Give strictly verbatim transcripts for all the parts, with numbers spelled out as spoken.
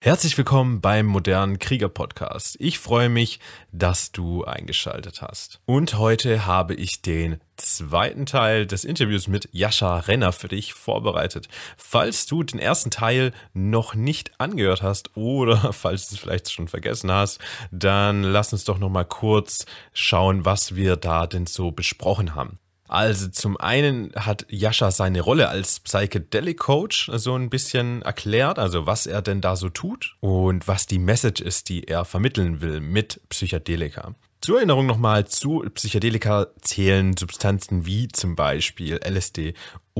Herzlich willkommen beim Modernen Krieger Podcast. Ich freue mich, dass du eingeschaltet hast. Und heute habe ich den zweiten Teil des Interviews mit Jascha Renner für dich vorbereitet. Falls du den ersten Teil noch nicht angehört hast oder falls du es vielleicht schon vergessen hast, dann lass uns doch noch mal kurz schauen, was wir da denn so besprochen haben. Also zum einen hat Jascha seine Rolle als Psychedelic Coach so ein bisschen erklärt, also was er denn da so tut und was die Message ist, die er vermitteln will mit Psychedelika. Zur Erinnerung nochmal, zu Psychedelika zählen Substanzen wie zum Beispiel L S D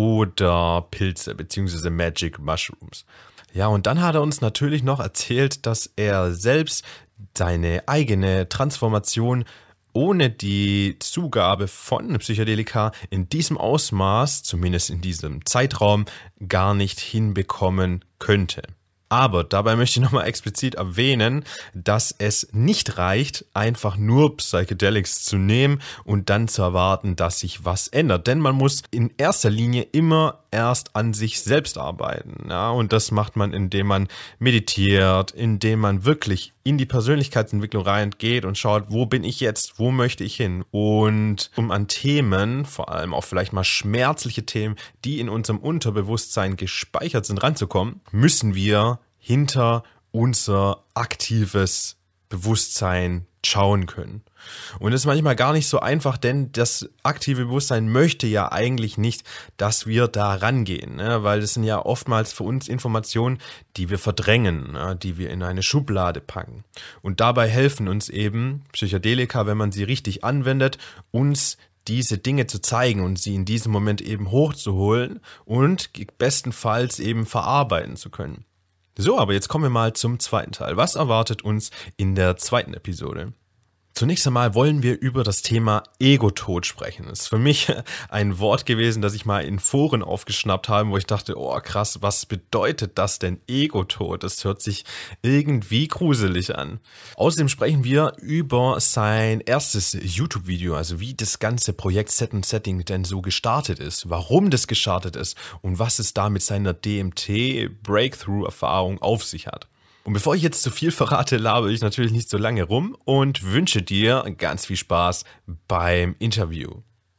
oder Pilze bzw. Magic Mushrooms. Ja, und dann hat er uns natürlich noch erzählt, dass er selbst seine eigene Transformation ohne die Zugabe von Psychedelika in diesem Ausmaß, zumindest in diesem Zeitraum, gar nicht hinbekommen könnte. Aber dabei möchte ich nochmal explizit erwähnen, dass es nicht reicht, einfach nur Psychedelics zu nehmen und dann zu erwarten, dass sich was ändert. Denn man muss in erster Linie immer erst an sich selbst arbeiten. Ja? Und das macht man, indem man meditiert, indem man wirklich in die Persönlichkeitsentwicklung reingeht und schaut, wo bin ich jetzt, wo möchte ich hin? Und um an Themen, vor allem auch vielleicht mal schmerzliche Themen, die in unserem Unterbewusstsein gespeichert sind, ranzukommen, müssen wir hinter unser aktives Bewusstsein schauen können. Und das ist manchmal gar nicht so einfach, denn das aktive Bewusstsein möchte ja eigentlich nicht, dass wir da rangehen, ne? Weil das sind ja oftmals für uns Informationen, die wir verdrängen, ne? Die wir in eine Schublade packen. Und dabei helfen uns eben Psychedelika, wenn man sie richtig anwendet, uns diese Dinge zu zeigen und sie in diesem Moment eben hochzuholen und bestenfalls eben verarbeiten zu können. So, aber jetzt kommen wir mal zum zweiten Teil. Was erwartet uns in der zweiten Episode? Zunächst einmal wollen wir über das Thema Ego-Tod sprechen. Das ist für mich ein Wort gewesen, das ich mal in Foren aufgeschnappt habe, wo ich dachte, oh krass, was bedeutet das denn Ego-Tod? Das hört sich irgendwie gruselig an. Außerdem sprechen wir über sein erstes YouTube-Video, also wie das ganze Projekt Set and Setting denn so gestartet ist, warum das gestartet ist und was es da mit seiner D M T-Breakthrough-Erfahrung auf sich hat. Und bevor ich jetzt zu viel verrate, labere ich natürlich nicht so lange rum und wünsche dir ganz viel Spaß beim Interview.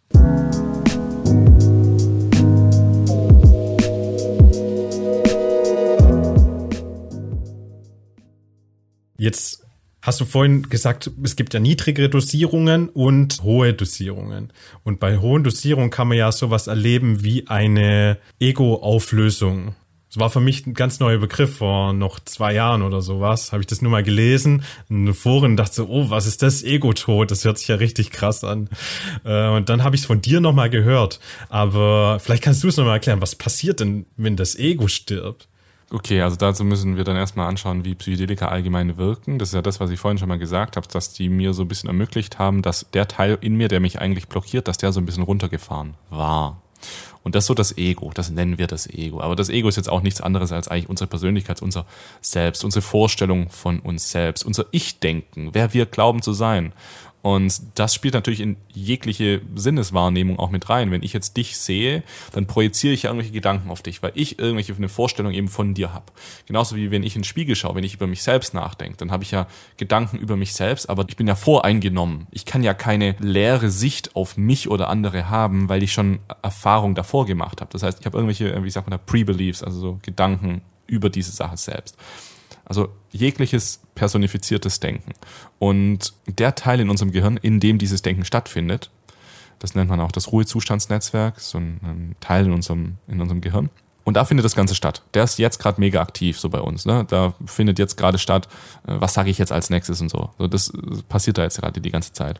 Jetzt hast du vorhin gesagt, es gibt ja niedrigere Dosierungen und hohe Dosierungen. Und bei hohen Dosierungen kann man ja sowas erleben wie eine Ego-Auflösung. Das war für mich ein ganz neuer Begriff, vor noch zwei Jahren oder sowas. Habe ich das nur mal gelesen in Foren und dachte so, oh, was ist das? Ego-Tod, das hört sich ja richtig krass an. Und dann habe ich es von dir nochmal gehört. Aber vielleicht kannst du es nochmal erklären, was passiert denn, wenn das Ego stirbt? Okay, also dazu müssen wir dann erstmal anschauen, wie Psychedelika allgemein wirken. Das ist ja das, was ich vorhin schon mal gesagt habe, dass die mir so ein bisschen ermöglicht haben, dass der Teil in mir, der mich eigentlich blockiert, dass der so ein bisschen runtergefahren war. Und das ist so das Ego, das nennen wir das Ego. Aber das Ego ist jetzt auch nichts anderes als eigentlich unsere Persönlichkeit, unser Selbst, unsere Vorstellung von uns selbst, unser Ich-Denken, wer wir glauben zu sein. Und das spielt natürlich in jegliche Sinneswahrnehmung auch mit rein. Wenn ich jetzt dich sehe, dann projiziere ich ja irgendwelche Gedanken auf dich, weil ich irgendwelche eine Vorstellung eben von dir habe. Genauso wie wenn ich in den Spiegel schaue, wenn ich über mich selbst nachdenke, dann habe ich ja Gedanken über mich selbst, aber ich bin ja voreingenommen. Ich kann ja keine leere Sicht auf mich oder andere haben, weil ich schon Erfahrung davor gemacht habe. Das heißt, ich habe irgendwelche, wie sagt man da, Pre-Beliefs, also so Gedanken über diese Sache selbst. Also jegliches personifiziertes Denken. Und der Teil in unserem Gehirn, in dem dieses Denken stattfindet, das nennt man auch das Ruhezustandsnetzwerk, so ein Teil in unserem, in unserem Gehirn. Und da findet das Ganze statt. Der ist jetzt gerade mega aktiv so bei uns. Ne? Da findet jetzt gerade statt, was sage ich jetzt als nächstes und so. So, das passiert da jetzt gerade die ganze Zeit.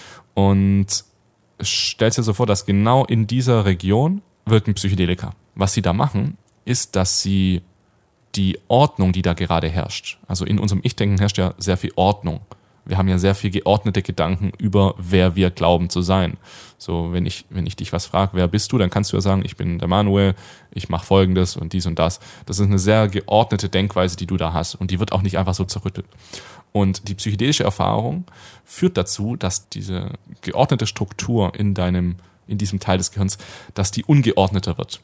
Und stellst dir so vor, dass genau in dieser Region wirken Psychedelika. Was sie da machen, ist, dass sie die Ordnung, die da gerade herrscht. Also in unserem Ich-Denken herrscht ja sehr viel Ordnung. Wir haben ja sehr viel geordnete Gedanken über, wer wir glauben zu sein. So, wenn ich, wenn ich dich was frage, wer bist du, dann kannst du ja sagen, ich bin der Manuel, ich mache Folgendes und dies und das. Das ist eine sehr geordnete Denkweise, die du da hast und die wird auch nicht einfach so zerrüttelt. Und die psychedelische Erfahrung führt dazu, dass diese geordnete Struktur in deinem, in diesem Teil des Gehirns, dass die ungeordneter wird.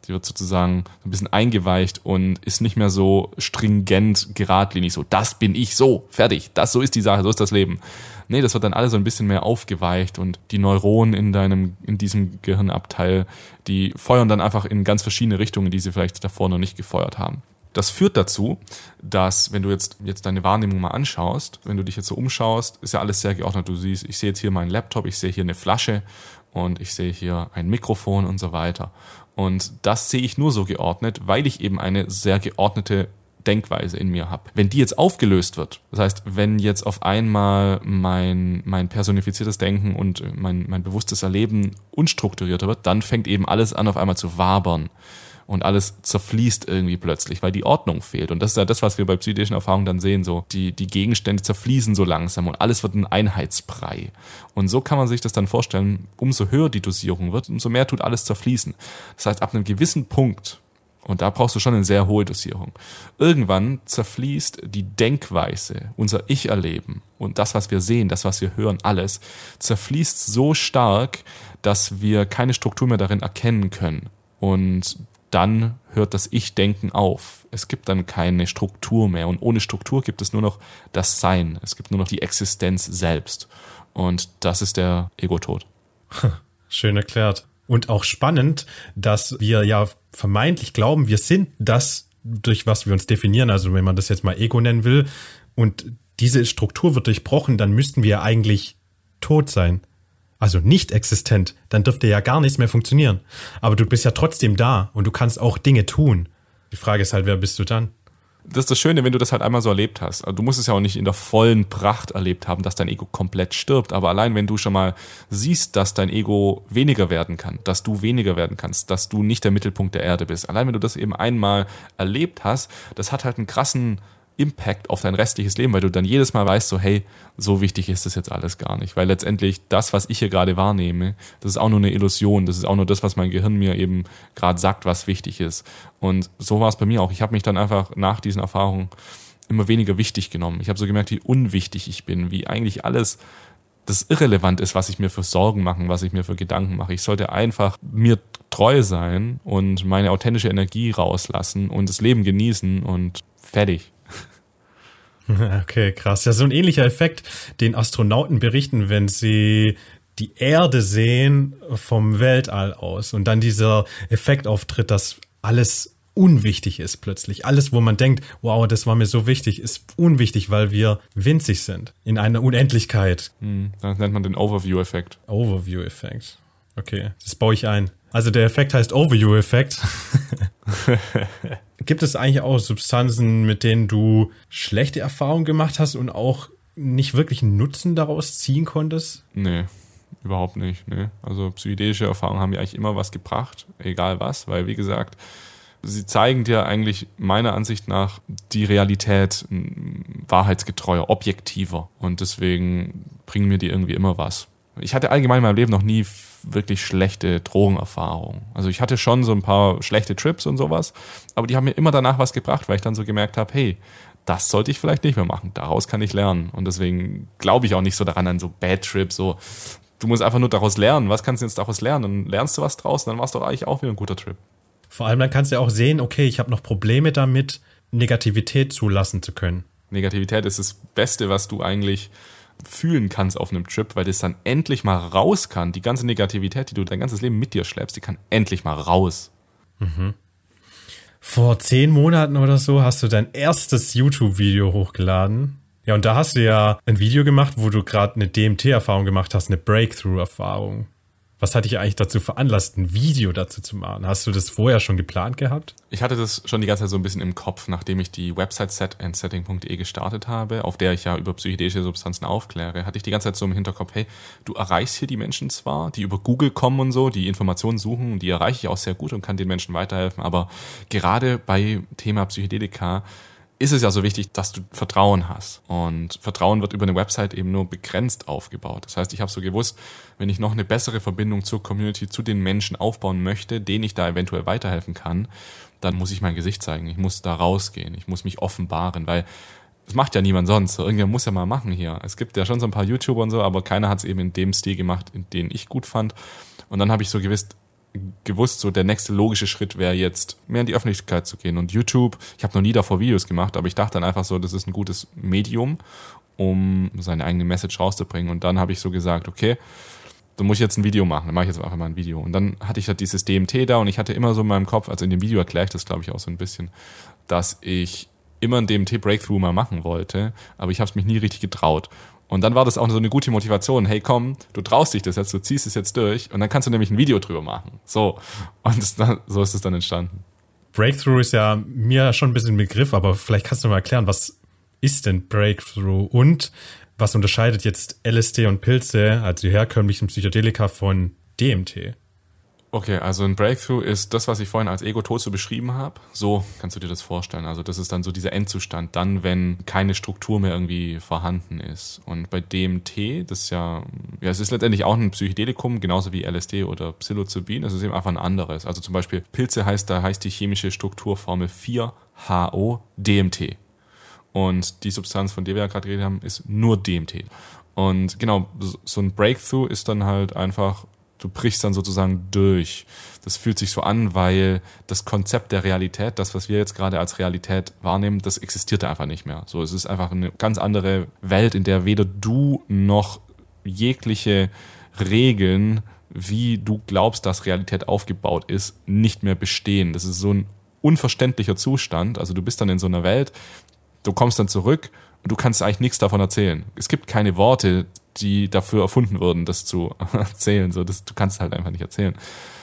Die wird sozusagen so ein bisschen eingeweicht und ist nicht mehr so stringent, geradlinig, so, das bin ich, so, fertig, das, so ist die Sache, so ist das Leben. Nee, das wird dann alles so ein bisschen mehr aufgeweicht und die Neuronen in deinem, in diesem Gehirnabteil, die feuern dann einfach in ganz verschiedene Richtungen, die sie vielleicht davor noch nicht gefeuert haben. Das führt dazu, dass, wenn du jetzt, jetzt deine Wahrnehmung mal anschaust, wenn du dich jetzt so umschaust, ist ja alles sehr geordnet. Du siehst, ich sehe jetzt hier meinen Laptop, ich sehe hier eine Flasche und ich sehe hier ein Mikrofon und so weiter. Und das sehe ich nur so geordnet, weil ich eben eine sehr geordnete Denkweise in mir habe. Wenn die jetzt aufgelöst wird, das heißt, wenn jetzt auf einmal mein, mein personifiziertes Denken und mein, mein bewusstes Erleben unstrukturierter wird, dann fängt eben alles an, auf einmal zu wabern. Und alles zerfließt irgendwie plötzlich, weil die Ordnung fehlt. Und das ist ja das, was wir bei psychedelischen Erfahrungen dann sehen. So die, die Gegenstände zerfließen so langsam und alles wird ein Einheitsbrei. Und so kann man sich das dann vorstellen, umso höher die Dosierung wird, umso mehr tut alles zerfließen. Das heißt, ab einem gewissen Punkt, und da brauchst du schon eine sehr hohe Dosierung, irgendwann zerfließt die Denkweise, unser Ich-Erleben und das, was wir sehen, das, was wir hören, alles, zerfließt so stark, dass wir keine Struktur mehr darin erkennen können. Und dann hört das Ich-Denken auf. Es gibt dann keine Struktur mehr. Und ohne Struktur gibt es nur noch das Sein. Es gibt nur noch die Existenz selbst. Und das ist der Ego-Tod. Schön erklärt. Und auch spannend, dass wir ja vermeintlich glauben, wir sind das, durch was wir uns definieren. Also wenn man das jetzt mal Ego nennen will. Und diese Struktur wird durchbrochen, dann müssten wir eigentlich tot sein. Also nicht existent, dann dürfte ja gar nichts mehr funktionieren. Aber du bist ja trotzdem da und du kannst auch Dinge tun. Die Frage ist halt, wer bist du dann? Das ist das Schöne, wenn du das halt einmal so erlebt hast. Du musst es ja auch nicht in der vollen Pracht erlebt haben, dass dein Ego komplett stirbt. Aber allein, wenn du schon mal siehst, dass dein Ego weniger werden kann, dass du weniger werden kannst, dass du nicht der Mittelpunkt der Erde bist. Allein, wenn du das eben einmal erlebt hast, das hat halt einen krassen Impact auf dein restliches Leben, weil du dann jedes Mal weißt, so hey, so wichtig ist das jetzt alles gar nicht, weil letztendlich das, was ich hier gerade wahrnehme, das ist auch nur eine Illusion, das ist auch nur das, was mein Gehirn mir eben gerade sagt, was wichtig ist. Und so war es bei mir auch. Ich habe mich dann einfach nach diesen Erfahrungen immer weniger wichtig genommen. Ich habe so gemerkt, wie unwichtig ich bin, wie eigentlich alles das irrelevant ist, was ich mir für Sorgen mache, was ich mir für Gedanken mache. Ich sollte einfach mir treu sein und meine authentische Energie rauslassen und das Leben genießen und fertig. Okay, krass. Ja, so ein ähnlicher Effekt, den Astronauten berichten, wenn sie die Erde sehen vom Weltall aus und dann dieser Effekt auftritt, dass alles unwichtig ist plötzlich. Alles, wo man denkt, wow, das war mir so wichtig, ist unwichtig, weil wir winzig sind in einer Unendlichkeit. Hm, das nennt man den Overview-Effekt. Overview-Effekt. Okay, das baue ich ein. Also der Effekt heißt Overview-Effekt. Gibt es eigentlich auch Substanzen, mit denen du schlechte Erfahrungen gemacht hast und auch nicht wirklich einen Nutzen daraus ziehen konntest? Nee, überhaupt nicht. Nee. Also psychedelische Erfahrungen haben mir eigentlich immer was gebracht, egal was, weil wie gesagt, sie zeigen dir eigentlich meiner Ansicht nach die Realität wahrheitsgetreuer, objektiver und deswegen bringen mir die irgendwie immer was. Ich hatte allgemein in meinem Leben noch nie wirklich schlechte Drogenerfahrungen. Also ich hatte schon so ein paar schlechte Trips und sowas, aber die haben mir immer danach was gebracht, weil ich dann so gemerkt habe, hey, das sollte ich vielleicht nicht mehr machen. Daraus kann ich lernen. Und deswegen glaube ich auch nicht so daran an so Bad Trips, so du musst einfach nur daraus lernen. Was kannst du jetzt daraus lernen? Dann lernst du was draus, dann war es doch eigentlich auch wieder ein guter Trip. Vor allem dann kannst du ja auch sehen, okay, ich habe noch Probleme damit, Negativität zulassen zu können. Negativität ist das Beste, was du eigentlich fühlen kannst auf einem Trip, weil das dann endlich mal raus kann. Die ganze Negativität, die du dein ganzes Leben mit dir schleppst, die kann endlich mal raus. Mhm. Vor zehn Monaten oder so hast du dein erstes YouTube-Video hochgeladen. Ja, und da hast du ja ein Video gemacht, wo du gerade eine D M T-Erfahrung gemacht hast, eine Breakthrough-Erfahrung. Was hat dich eigentlich dazu veranlasst, ein Video dazu zu machen? Hast du das vorher schon geplant gehabt? Ich hatte das schon die ganze Zeit so ein bisschen im Kopf, nachdem ich die Website set and setting punkt de gestartet habe, auf der ich ja über psychedelische Substanzen aufkläre, hatte ich die ganze Zeit so im Hinterkopf, hey, du erreichst hier die Menschen zwar, die über Google kommen und so, die Informationen suchen, die erreiche ich auch sehr gut und kann den Menschen weiterhelfen, aber gerade bei Thema Psychedelika ist es ja so wichtig, dass du Vertrauen hast. Und Vertrauen wird über eine Website eben nur begrenzt aufgebaut. Das heißt, ich habe so gewusst, wenn ich noch eine bessere Verbindung zur Community, zu den Menschen aufbauen möchte, denen ich da eventuell weiterhelfen kann, dann muss ich mein Gesicht zeigen. Ich muss da rausgehen. Ich muss mich offenbaren, weil das macht ja niemand sonst. Irgendwer muss ja mal machen hier. Es gibt ja schon so ein paar YouTuber und so, aber keiner hat es eben in dem Stil gemacht, in den ich gut fand. Und dann habe ich so gewusst, gewusst, so der nächste logische Schritt wäre jetzt, mehr in die Öffentlichkeit zu gehen. Und YouTube, ich habe noch nie davor Videos gemacht, aber ich dachte dann einfach so, das ist ein gutes Medium, um seine eigene Message rauszubringen. Und dann habe ich so gesagt, okay, dann muss ich jetzt ein Video machen. Dann mache ich jetzt einfach mal ein Video. Und dann hatte ich halt dieses D M T da und ich hatte immer so in meinem Kopf, also in dem Video erkläre ich das, glaube ich, auch so ein bisschen, dass ich immer ein D M T-Breakthrough mal machen wollte, aber ich habe es mich nie richtig getraut. Und dann war das auch so eine gute Motivation. Hey, komm, du traust dich das jetzt, du ziehst es jetzt durch und dann kannst du nämlich ein Video drüber machen. So. Und das, so ist es dann entstanden. Breakthrough ist ja mir schon ein bisschen ein Begriff, aber vielleicht kannst du mal erklären, was ist denn Breakthrough und was unterscheidet jetzt L S D und Pilze, also die herkömmlichen Psychedelika, von D M T? Okay, also ein Breakthrough ist das, was ich vorhin als Ego-Tod so beschrieben habe. So kannst du dir das vorstellen. Also das ist dann so dieser Endzustand, dann, wenn keine Struktur mehr irgendwie vorhanden ist. Und bei D M T, das ist ja, ja, es ist letztendlich auch ein Psychedelikum, genauso wie L S D oder Psilocybin. Es ist eben einfach ein anderes. Also zum Beispiel Pilze heißt, da heißt die chemische Strukturformel vier H O D M T. Und die Substanz, von der wir ja gerade geredet haben, ist nur D M T. Und genau, so ein Breakthrough ist dann halt einfach, du brichst dann sozusagen durch. Das fühlt sich so an, weil das Konzept der Realität, das, was wir jetzt gerade als Realität wahrnehmen, das existiert einfach nicht mehr. So, es ist einfach eine ganz andere Welt, in der weder du noch jegliche Regeln, wie du glaubst, dass Realität aufgebaut ist, nicht mehr bestehen. Das ist so ein unverständlicher Zustand. Also du bist dann in so einer Welt, du kommst dann zurück und du kannst eigentlich nichts davon erzählen. Es gibt keine Worte, die dafür erfunden wurden, das zu erzählen. So, das, du kannst es halt einfach nicht erzählen.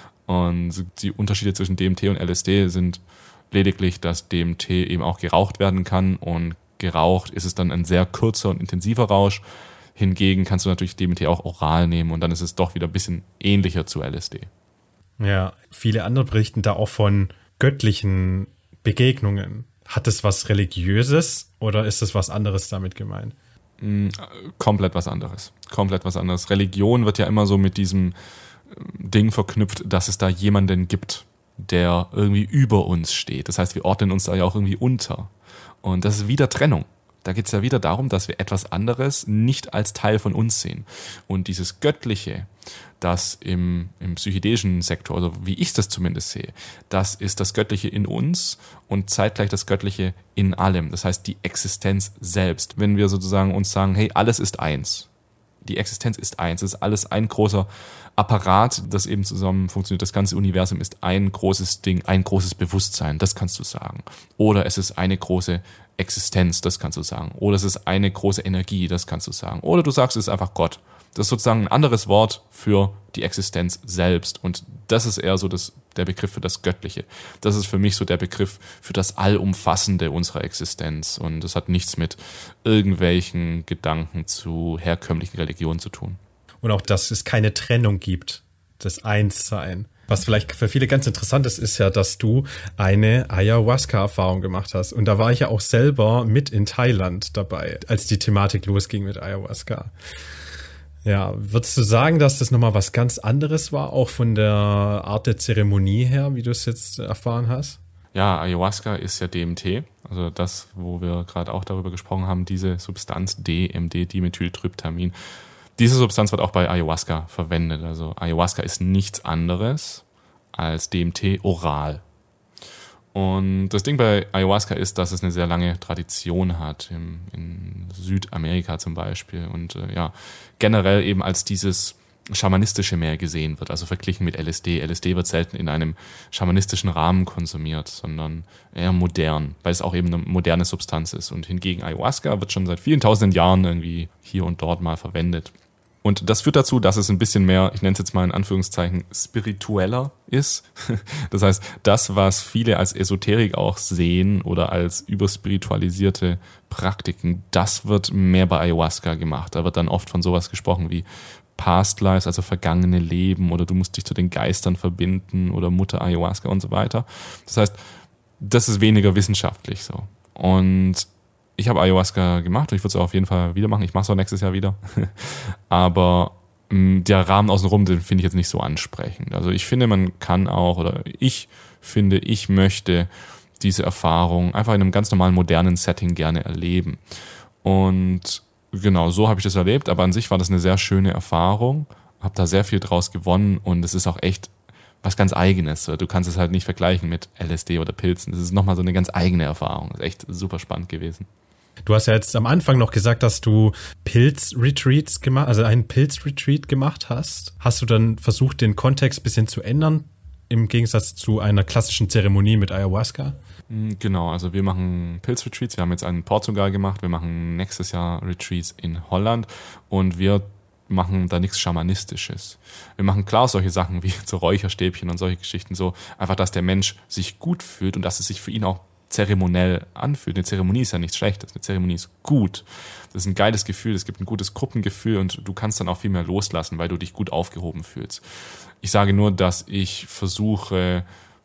Und die Unterschiede zwischen D M T und L S D sind lediglich, dass D M T eben auch geraucht werden kann und geraucht ist es dann ein sehr kurzer und intensiver Rausch. Hingegen kannst du natürlich D M T auch oral nehmen und dann ist es doch wieder ein bisschen ähnlicher zu L S D. Ja, viele andere berichten da auch von göttlichen Begegnungen. Hat es was Religiöses oder ist es was anderes damit gemeint? Komplett was anderes. Komplett was anderes. Religion wird ja immer so mit diesem Ding verknüpft, dass es da jemanden gibt, der irgendwie über uns steht. Das heißt, wir ordnen uns da ja auch irgendwie unter. Und das ist wieder Trennung. Da geht es ja wieder darum, dass wir etwas anderes nicht als Teil von uns sehen. Und dieses Göttliche, das im, im psychedelischen Sektor, also wie ich das zumindest sehe, das ist das Göttliche in uns und zeitgleich das Göttliche in allem. Das heißt, die Existenz selbst. Wenn wir sozusagen uns sagen, hey, alles ist eins. Die Existenz ist eins. Es ist alles ein großer Apparat, das eben zusammen funktioniert. Das ganze Universum ist ein großes Ding, ein großes Bewusstsein. Das kannst du sagen. Oder es ist eine große Existenz, das kannst du sagen. Oder es ist eine große Energie, das kannst du sagen. Oder du sagst, es ist einfach Gott. Das ist sozusagen ein anderes Wort für die Existenz selbst. Und das ist eher so das, der Begriff für das Göttliche. Das ist für mich so der Begriff für das Allumfassende unserer Existenz. Und das hat nichts mit irgendwelchen Gedanken zu herkömmlichen Religionen zu tun. Und auch, dass es keine Trennung gibt, das Einssein. Was vielleicht für viele ganz interessant ist, ist ja, dass du eine Ayahuasca-Erfahrung gemacht hast. Und da war ich ja auch selber mit in Thailand dabei, als die Thematik losging mit Ayahuasca. Ja, würdest du sagen, dass das nochmal was ganz anderes war, auch von der Art der Zeremonie her, wie du es jetzt erfahren hast? Ja, Ayahuasca ist ja D M T, also das, wo wir gerade auch darüber gesprochen haben, diese Substanz D M D, Dimethyltryptamin. Diese Substanz wird auch bei Ayahuasca verwendet. Also Ayahuasca ist nichts anderes als D M T oral. Und das Ding bei Ayahuasca ist, dass es eine sehr lange Tradition hat, im, in Südamerika zum Beispiel. Und äh, ja, generell eben als dieses Schamanistische mehr gesehen wird, also verglichen mit L S D. L S D wird selten in einem schamanistischen Rahmen konsumiert, sondern eher modern, weil es auch eben eine moderne Substanz ist. Und hingegen Ayahuasca wird schon seit vielen tausenden Jahren irgendwie hier und dort mal verwendet. Und das führt dazu, dass es ein bisschen mehr, ich nenne es jetzt mal in Anführungszeichen, spiritueller ist. Das heißt, das, was viele als Esoterik auch sehen oder als überspiritualisierte Praktiken, das wird mehr bei Ayahuasca gemacht. Da wird dann oft von sowas gesprochen wie Past Lives, also vergangene Leben, oder du musst dich zu den Geistern verbinden oder Mutter Ayahuasca und so weiter. Das heißt, das ist weniger wissenschaftlich so. Und ich habe Ayahuasca gemacht und ich würde es auf jeden Fall wieder machen. Ich mache es auch nächstes Jahr wieder. Aber mh, der Rahmen außenrum, den finde ich jetzt nicht so ansprechend. Also ich finde, man kann auch, oder ich finde, ich möchte diese Erfahrung einfach in einem ganz normalen, modernen Setting gerne erleben. Und genau, so habe ich das erlebt. Aber an sich war das eine sehr schöne Erfahrung. Habe da sehr viel draus gewonnen und es ist auch echt was ganz Eigenes. Du kannst es halt nicht vergleichen mit L S D oder Pilzen. Das ist nochmal so eine ganz eigene Erfahrung. Das ist echt super spannend gewesen. Du hast ja jetzt am Anfang noch gesagt, dass du Pilz-Retreats gemacht, also einen Pilz-Retreat gemacht hast. Hast du dann versucht, den Kontext ein bisschen zu ändern, im Gegensatz zu einer klassischen Zeremonie mit Ayahuasca? Genau, also wir machen Pilz-Retreats. Wir haben jetzt einen in Portugal gemacht. Wir machen nächstes Jahr Retreats in Holland und wir machen da nichts Schamanistisches. Wir machen klar solche Sachen wie so Räucherstäbchen und solche Geschichten, so einfach, dass der Mensch sich gut fühlt und dass es sich für ihn auch zeremoniell anfühlt. Eine Zeremonie ist ja nichts Schlechtes, eine Zeremonie ist gut. Das ist ein geiles Gefühl, es gibt ein gutes Gruppengefühl und du kannst dann auch viel mehr loslassen, weil du dich gut aufgehoben fühlst. Ich sage nur, dass ich versuche,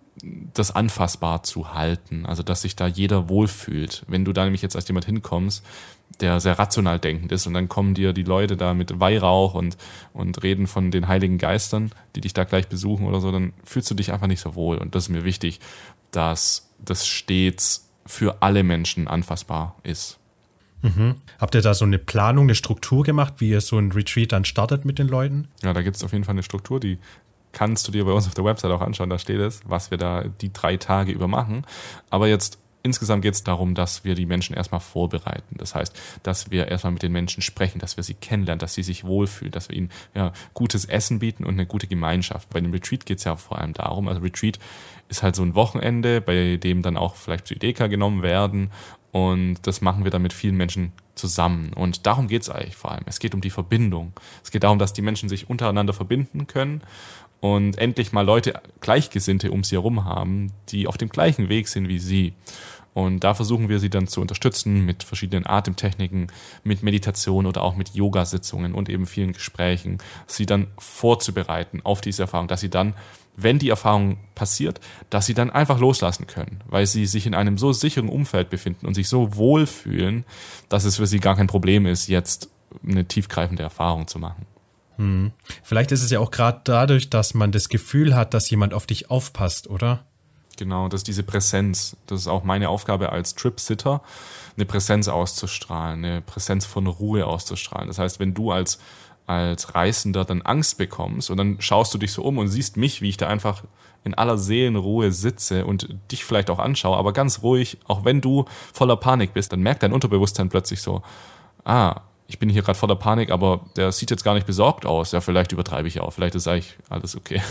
das anfassbar zu halten, also dass sich da jeder wohlfühlt. Wenn du da nämlich jetzt als jemand hinkommst, der sehr rational denkend ist und dann kommen dir die Leute da mit Weihrauch und, und reden von den heiligen Geistern, die dich da gleich besuchen oder so, dann fühlst du dich einfach nicht so wohl. Und das ist mir wichtig, dass das stets für alle Menschen anfassbar ist. Mhm. Habt ihr da so eine Planung, eine Struktur gemacht, wie ihr so ein Retreat dann startet mit den Leuten? Ja, da gibt es auf jeden Fall eine Struktur, die kannst du dir bei uns auf der Website auch anschauen, da steht es, was wir da die drei Tage über machen. Aber jetzt insgesamt geht es darum, dass wir die Menschen erstmal vorbereiten. Das heißt, dass wir erstmal mit den Menschen sprechen, dass wir sie kennenlernen, dass sie sich wohlfühlen, dass wir ihnen ja, gutes Essen bieten und eine gute Gemeinschaft. Bei dem Retreat geht es ja vor allem darum, also Retreat ist halt so ein Wochenende, bei dem dann auch vielleicht Psychedelika genommen werden und das machen wir dann mit vielen Menschen zusammen. Und darum geht es eigentlich vor allem. Es geht um die Verbindung. Es geht darum, dass die Menschen sich untereinander verbinden können und endlich mal Leute, Gleichgesinnte um sie herum haben, die auf dem gleichen Weg sind wie sie. Und da versuchen wir sie dann zu unterstützen mit verschiedenen Atemtechniken, mit Meditation oder auch mit Yoga-Sitzungen und eben vielen Gesprächen, sie dann vorzubereiten auf diese Erfahrung, dass sie dann, wenn die Erfahrung passiert, dass sie dann einfach loslassen können, weil sie sich in einem so sicheren Umfeld befinden und sich so wohlfühlen, dass es für sie gar kein Problem ist, jetzt eine tiefgreifende Erfahrung zu machen. Hm. Vielleicht ist es ja auch gerade dadurch, dass man das Gefühl hat, dass jemand auf dich aufpasst, oder? Genau, das ist diese Präsenz. Das ist auch meine Aufgabe als Trip-Sitter, eine Präsenz auszustrahlen, eine Präsenz von Ruhe auszustrahlen. Das heißt, wenn du als, als Reisender dann Angst bekommst und dann schaust du dich so um und siehst mich, wie ich da einfach in aller Seelenruhe sitze und dich vielleicht auch anschaue, aber ganz ruhig, auch wenn du voller Panik bist, dann merkt dein Unterbewusstsein plötzlich so, ah, ich bin hier gerade voller Panik, aber der sieht jetzt gar nicht besorgt aus. Ja, vielleicht übertreibe ich auch, vielleicht ist eigentlich alles okay.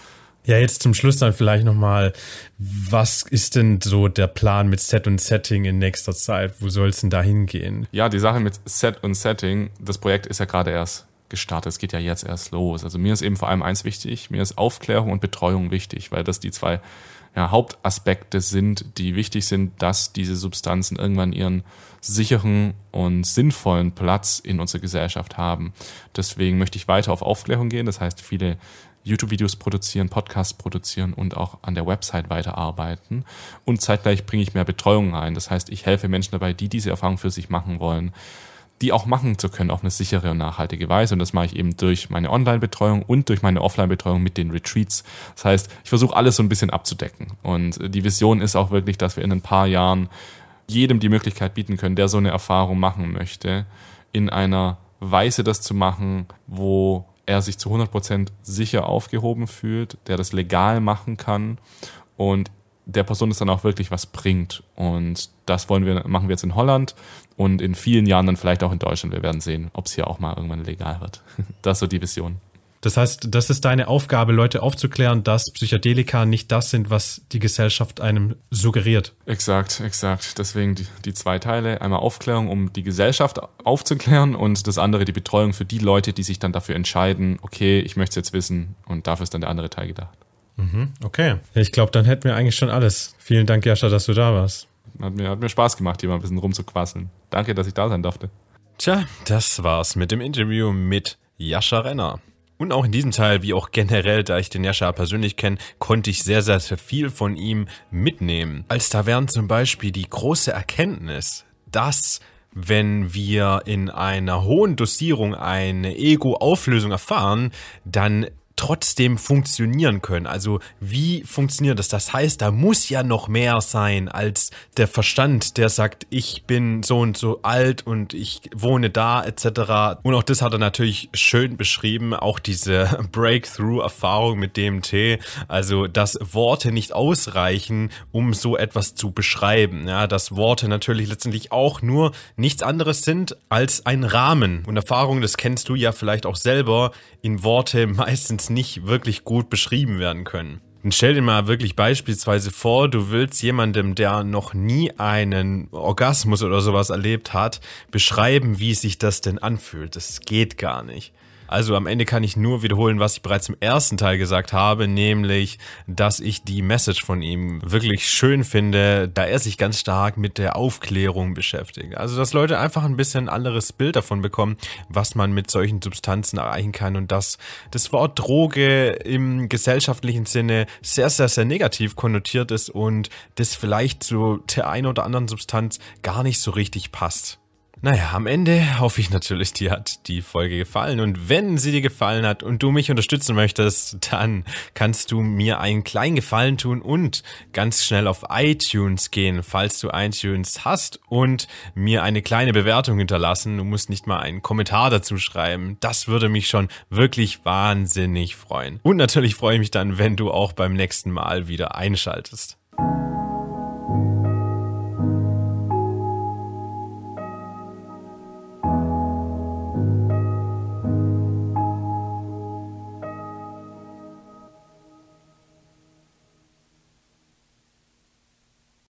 Ja, jetzt zum Schluss dann vielleicht nochmal, was ist denn so der Plan mit Set und Setting in nächster Zeit? Wo soll es denn da hingehen? Ja, die Sache mit Set und Setting, das Projekt ist ja gerade erst gestartet, es geht ja jetzt erst los. Also mir ist eben vor allem eins wichtig, mir ist Aufklärung und Betreuung wichtig, weil das die zwei ja, Hauptaspekte sind, die wichtig sind, dass diese Substanzen irgendwann ihren sicheren und sinnvollen Platz in unserer Gesellschaft haben. Deswegen möchte ich weiter auf Aufklärung gehen, das heißt viele YouTube-Videos produzieren, Podcasts produzieren und auch an der Website weiterarbeiten. Und zeitgleich bringe ich mehr Betreuung ein. Das heißt, ich helfe Menschen dabei, die diese Erfahrung für sich machen wollen, die auch machen zu können auf eine sichere und nachhaltige Weise. Und das mache ich eben durch meine Online-Betreuung und durch meine Offline-Betreuung mit den Retreats. Das heißt, ich versuche alles so ein bisschen abzudecken. Und die Vision ist auch wirklich, dass wir in ein paar Jahren jedem die Möglichkeit bieten können, der so eine Erfahrung machen möchte, in einer Weise das zu machen, wo er sich zu hundert Prozent sicher aufgehoben fühlt, der das legal machen kann und der Person es dann auch wirklich was bringt. Und das wollen wir, machen wir jetzt in Holland und in vielen Jahren dann vielleicht auch in Deutschland. Wir werden sehen, ob es hier auch mal irgendwann legal wird. Das ist so die Vision. Das heißt, das ist deine Aufgabe, Leute aufzuklären, dass Psychedelika nicht das sind, was die Gesellschaft einem suggeriert. Exakt, exakt. Deswegen die, die zwei Teile. Einmal Aufklärung, um die Gesellschaft aufzuklären und das andere die Betreuung für die Leute, die sich dann dafür entscheiden, okay, ich möchte es jetzt wissen und dafür ist dann der andere Teil gedacht. Mhm, okay. Ich glaube, dann hätten wir eigentlich schon alles. Vielen Dank, Jascha, dass du da warst. Hat mir, hat mir Spaß gemacht, hier mal ein bisschen rumzuquasseln. Danke, dass ich da sein durfte. Tja, das war's mit dem Interview mit Jascha Renner. Und auch in diesem Teil, wie auch generell, da ich den Jascha persönlich kenne, konnte ich sehr, sehr viel von ihm mitnehmen. Als da wären zum Beispiel die große Erkenntnis, dass wenn wir in einer hohen Dosierung eine Ego-Auflösung erfahren, dann trotzdem funktionieren können. Also wie funktioniert das? Das heißt, da muss ja noch mehr sein als der Verstand, der sagt, ich bin so und so alt und ich wohne da et cetera. Und auch das hat er natürlich schön beschrieben, auch diese Breakthrough-Erfahrung mit D M T, also dass Worte nicht ausreichen, um so etwas zu beschreiben. Ja, dass Worte natürlich letztendlich auch nur nichts anderes sind als ein Rahmen. Und Erfahrung, das kennst du ja vielleicht auch selber, in Worte meistens nicht wirklich gut beschrieben werden können. Und stell dir mal wirklich beispielsweise vor, du willst jemandem, der noch nie einen Orgasmus oder sowas erlebt hat, beschreiben, wie sich das denn anfühlt. Das geht gar nicht. Also am Ende kann ich nur wiederholen, was ich bereits im ersten Teil gesagt habe, nämlich, dass ich die Message von ihm wirklich schön finde, da er sich ganz stark mit der Aufklärung beschäftigt. Also dass Leute einfach ein bisschen ein anderes Bild davon bekommen, was man mit solchen Substanzen erreichen kann und dass das Wort Droge im gesellschaftlichen Sinne sehr, sehr, sehr negativ konnotiert ist und das vielleicht zu der einen oder anderen Substanz gar nicht so richtig passt. Naja, am Ende hoffe ich natürlich, dir hat die Folge gefallen und wenn sie dir gefallen hat und du mich unterstützen möchtest, dann kannst du mir einen kleinen Gefallen tun und ganz schnell auf iTunes gehen, falls du iTunes hast und mir eine kleine Bewertung hinterlassen. Du musst nicht mal einen Kommentar dazu schreiben. Das würde mich schon wirklich wahnsinnig freuen. Und natürlich freue ich mich dann, wenn du auch beim nächsten Mal wieder einschaltest.